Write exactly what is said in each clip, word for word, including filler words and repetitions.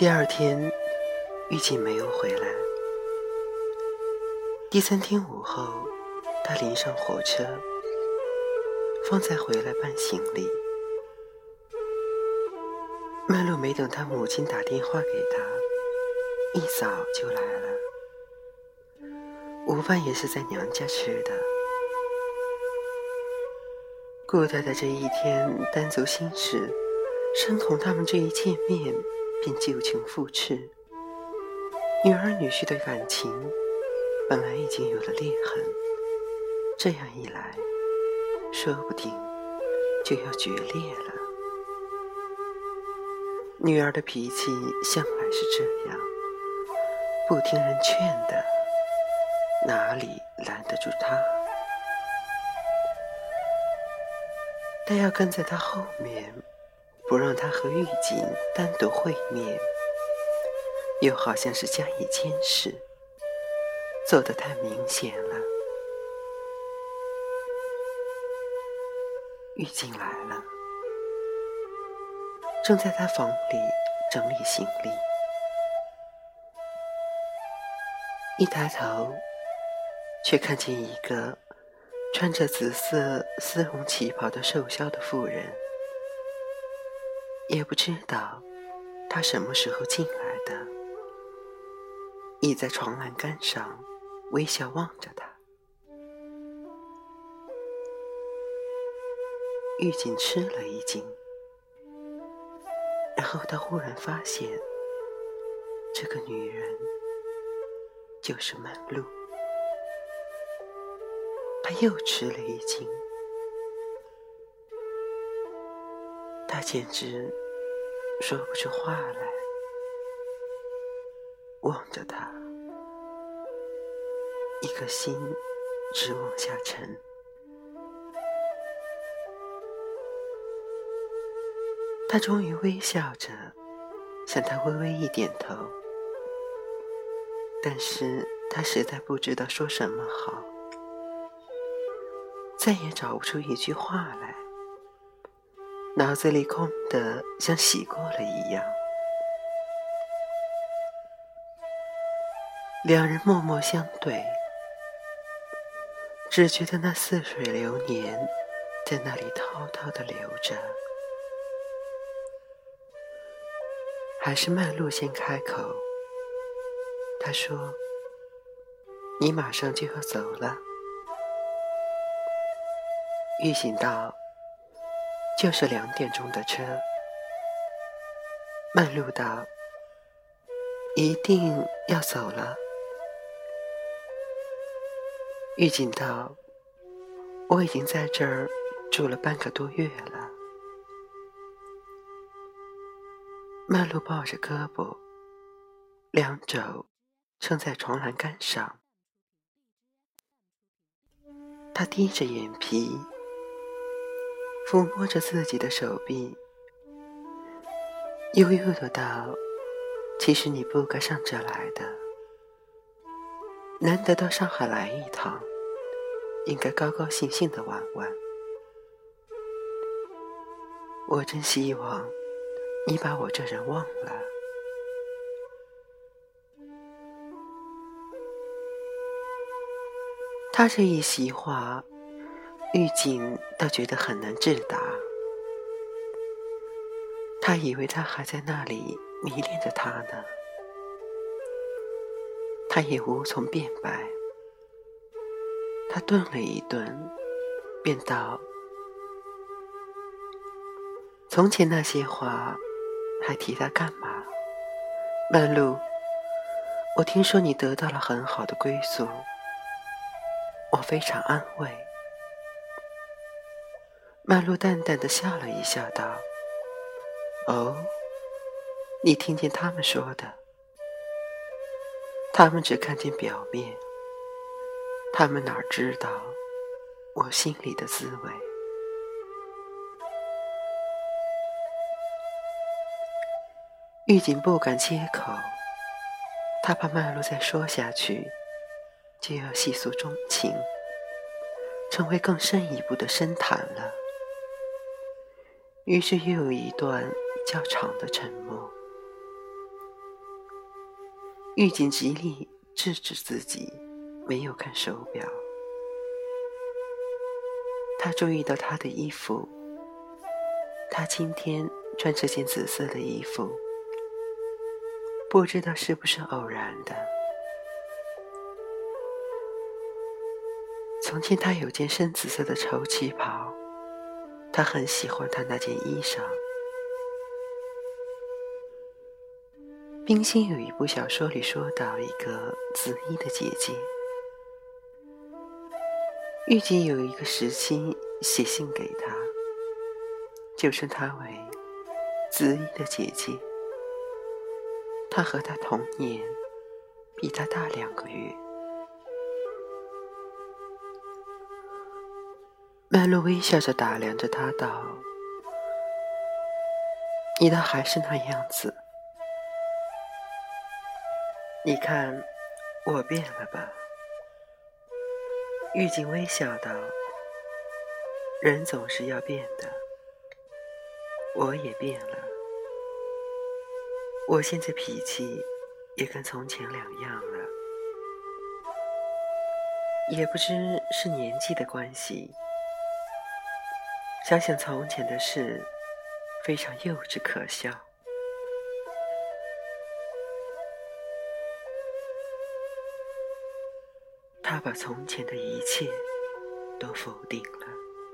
第二天，玉锦没有回来。第三天午后，他临上火车，方才回来办行李。曼璐没等他母亲打电话给他，一早就来了。午饭也是在娘家吃的。顾太太这一天单走心事，深恐他们这一见面便旧情复炽。女儿女婿的感情本来已经有了裂痕，这样一来，说不定就要决裂了。女儿的脾气向来是这样，不听人劝的，哪里拦得住她？但要跟在她后面，不让她和玉锦单独会面，又好像是加以监视，做得太明显了。玉锦来了，正在她房里整理行李，一抬头，却看见一个穿着紫色丝绒旗袍的瘦削的妇人，也不知道她什么时候进来的，倚在床栏杆上微笑望着他。玉锦吃了一惊，然后他忽然发现，这个女人就是曼璐。他又吃了一惊，他简直说不出话来，望着他，一颗心直往下沉。他终于微笑着向他微微一点头，但是他实在不知道说什么好，再也找不出一句话来，脑子里空得像洗过了一样。两人默默相对，只觉得那似水流年在那里滔滔地流着。还是曼璐先开口，她说：“你马上就要走了。”玉锦道：“就是两点钟的车。”曼璐道：“一定要走了？”玉锦道：“我已经在这儿住了半个多月了。”曼璐抱着胳膊，两肘撑在床栏杆上，她低着眼皮，抚摸着自己的手臂，悠悠的道：“其实你不该上这来的，难得到上海来一趟，应该高高兴兴的玩玩。我真希望你把我这人忘了。”他这一席话，玉锦倒觉得很难致答。他以为他还在那里迷恋着他呢，他也无从辩白。他顿了一顿，便道：“从前那些话还提它干嘛？曼璐，我听说你得到了很好的归宿，我非常安慰。”曼璐淡淡地笑了一笑，道：“哦，你听见他们说的？他们只看见表面，他们哪知道我心里的滋味？”玉锦不敢接口，他怕曼璐再说下去，就要细诉衷情，成为更深一步的深谈了。于是又有一段较长的沉默。 玉锦极力制止自己没有看手表。他注意到他的衣服，他今天穿这件紫色的衣服，不知道是不是偶然的。从前他有件深紫色的绸旗袍，他很喜欢他那件衣裳。冰心有一部小说里说到一个紫衣的姐姐，玉锦有一个时期写信给她，就称她为紫衣的姐姐。她和她同年，比她大两个月。曼璐微笑着打量着她道：“你倒还是那样子。你看，我变了吧？”玉锦微笑道：“人总是要变的，我也变了。我现在脾气也跟从前两样了，也不知是年纪的关系。想想从前的事，非常幼稚可笑。”他把从前的一切都否定了。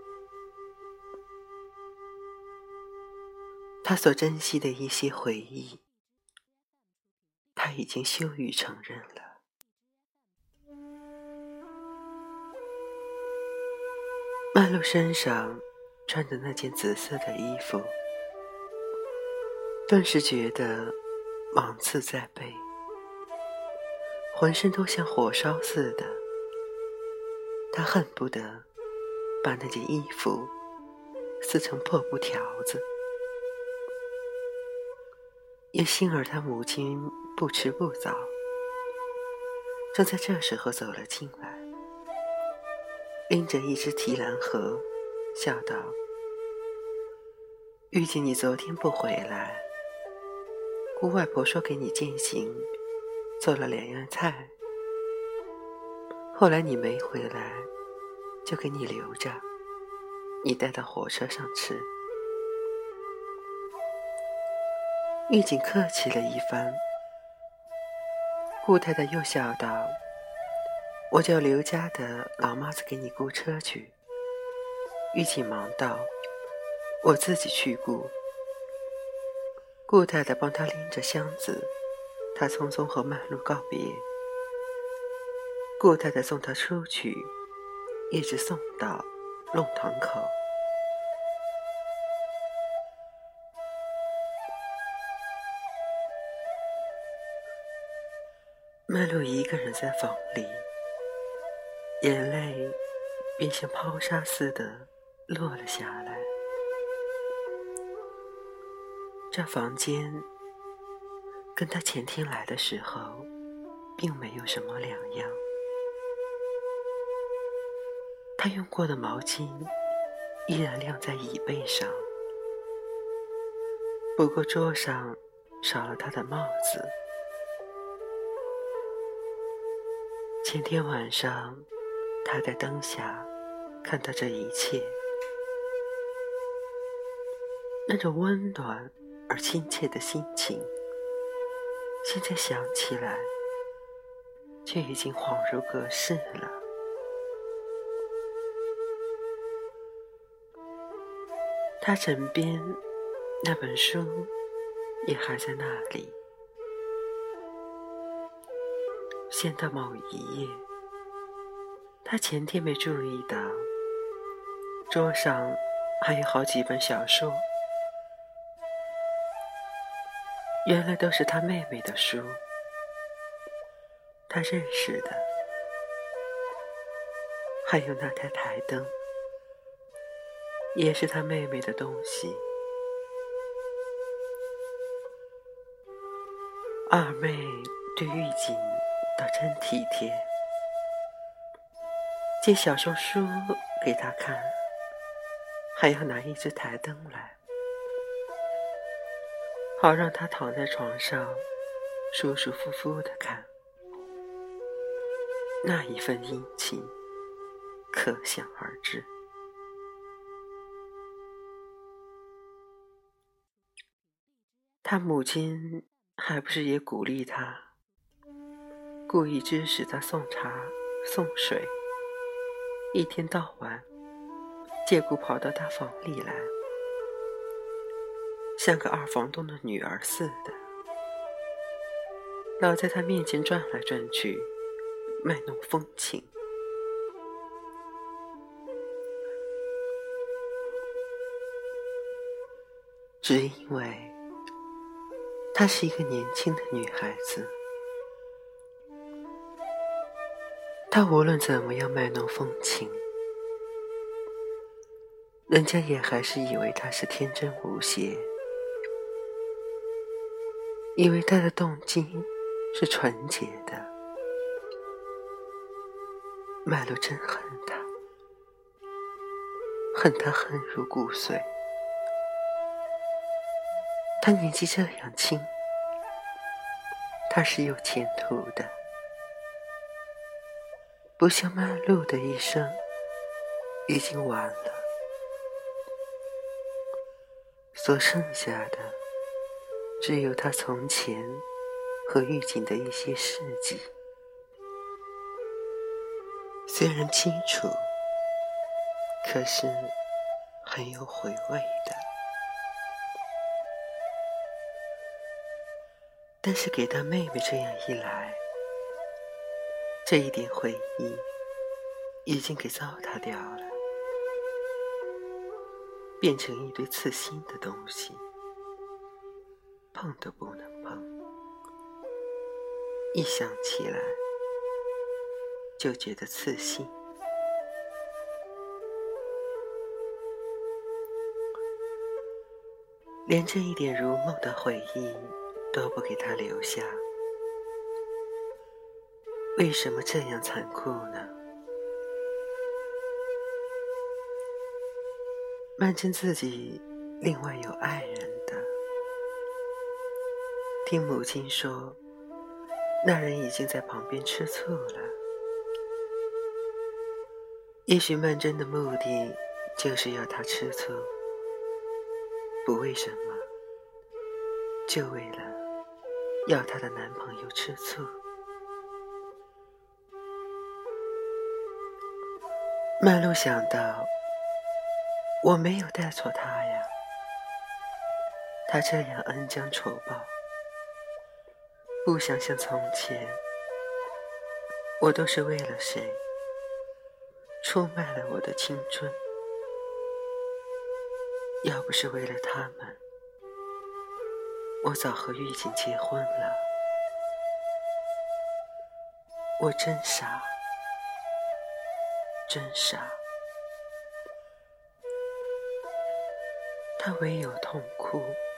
他所珍惜的一些回忆，他已经羞于承认了。曼璐身上穿着那件紫色的衣服，顿时觉得芒刺在背，浑身都像火烧似的。他恨不得把那件衣服撕成破布条子。也幸而他母亲不迟不早，正在这时候走了进来，拎着一只提篮盒，笑道：“玉锦，你昨天不回来，姑外婆说给你饯行，做了两样菜，后来你没回来，就给你留着，你带到火车上吃。”玉锦客气了一番，顾太太又笑道：“我叫刘家的老妈子给你雇车去。”玉锦忙道：“我自己去雇。”顾太太帮她拎着箱子，她匆匆和曼璐告别。顾太太送她出去，一直送到弄堂口。曼璐一个人在房里，眼泪便像抛沙似的落了下来。这房间跟她前天来的时候并没有什么两样。她用过的毛巾依然晾在椅背上，不过桌上少了她的帽子。前天晚上，他在灯下看到这一切，那种温暖而亲切的心情，现在想起来，却已经恍如隔世了。他枕边那本书也还在那里。先到某一页，他前天没注意到，桌上还有好几本小说，原来都是他妹妹的书，他认识的。还有那台台灯，也是他妹妹的东西。二妹对玉锦倒真体贴，借小说书给他看，还要拿一只台灯来，好让他躺在床上舒舒服服地看，那一份殷勤可想而知。他母亲还不是也鼓励他，故意指使他送茶送水，一天到晚借故跑到他房里来，像个二房东的女儿似的，老在他面前转来转去，卖弄风情。只因为她是一个年轻的女孩子，她无论怎么样卖弄风情，人家也还是以为她是天真无邪，以为她的动机是纯洁的。麦露真恨她，恨她恨入骨髓。她年纪这样轻，她是有前途的，不像麦露的一生已经完了，所剩下的只有她从前和狱警的一些事迹，虽然清楚，可是很有回味的。但是给他妹妹这样一来，这一点回忆已经给糟蹋掉了，变成一堆刺心的东西，碰都不能碰，一想起来就觉得刺心。连这一点如梦的回忆都不给他留下，为什么这样残酷呢？曼桢自己另外有爱人的，听母亲说，那人已经在旁边吃醋了。也许曼桢的目的就是要他吃醋，不为什么，就为了要她的男朋友吃醋。曼露想到，我没有带错他呀，他这样恩将仇报，不想像从前，我都是为了谁出卖了我的青春。要不是为了他们，我早和狱警结婚了。我真傻，真傻。他唯有痛哭。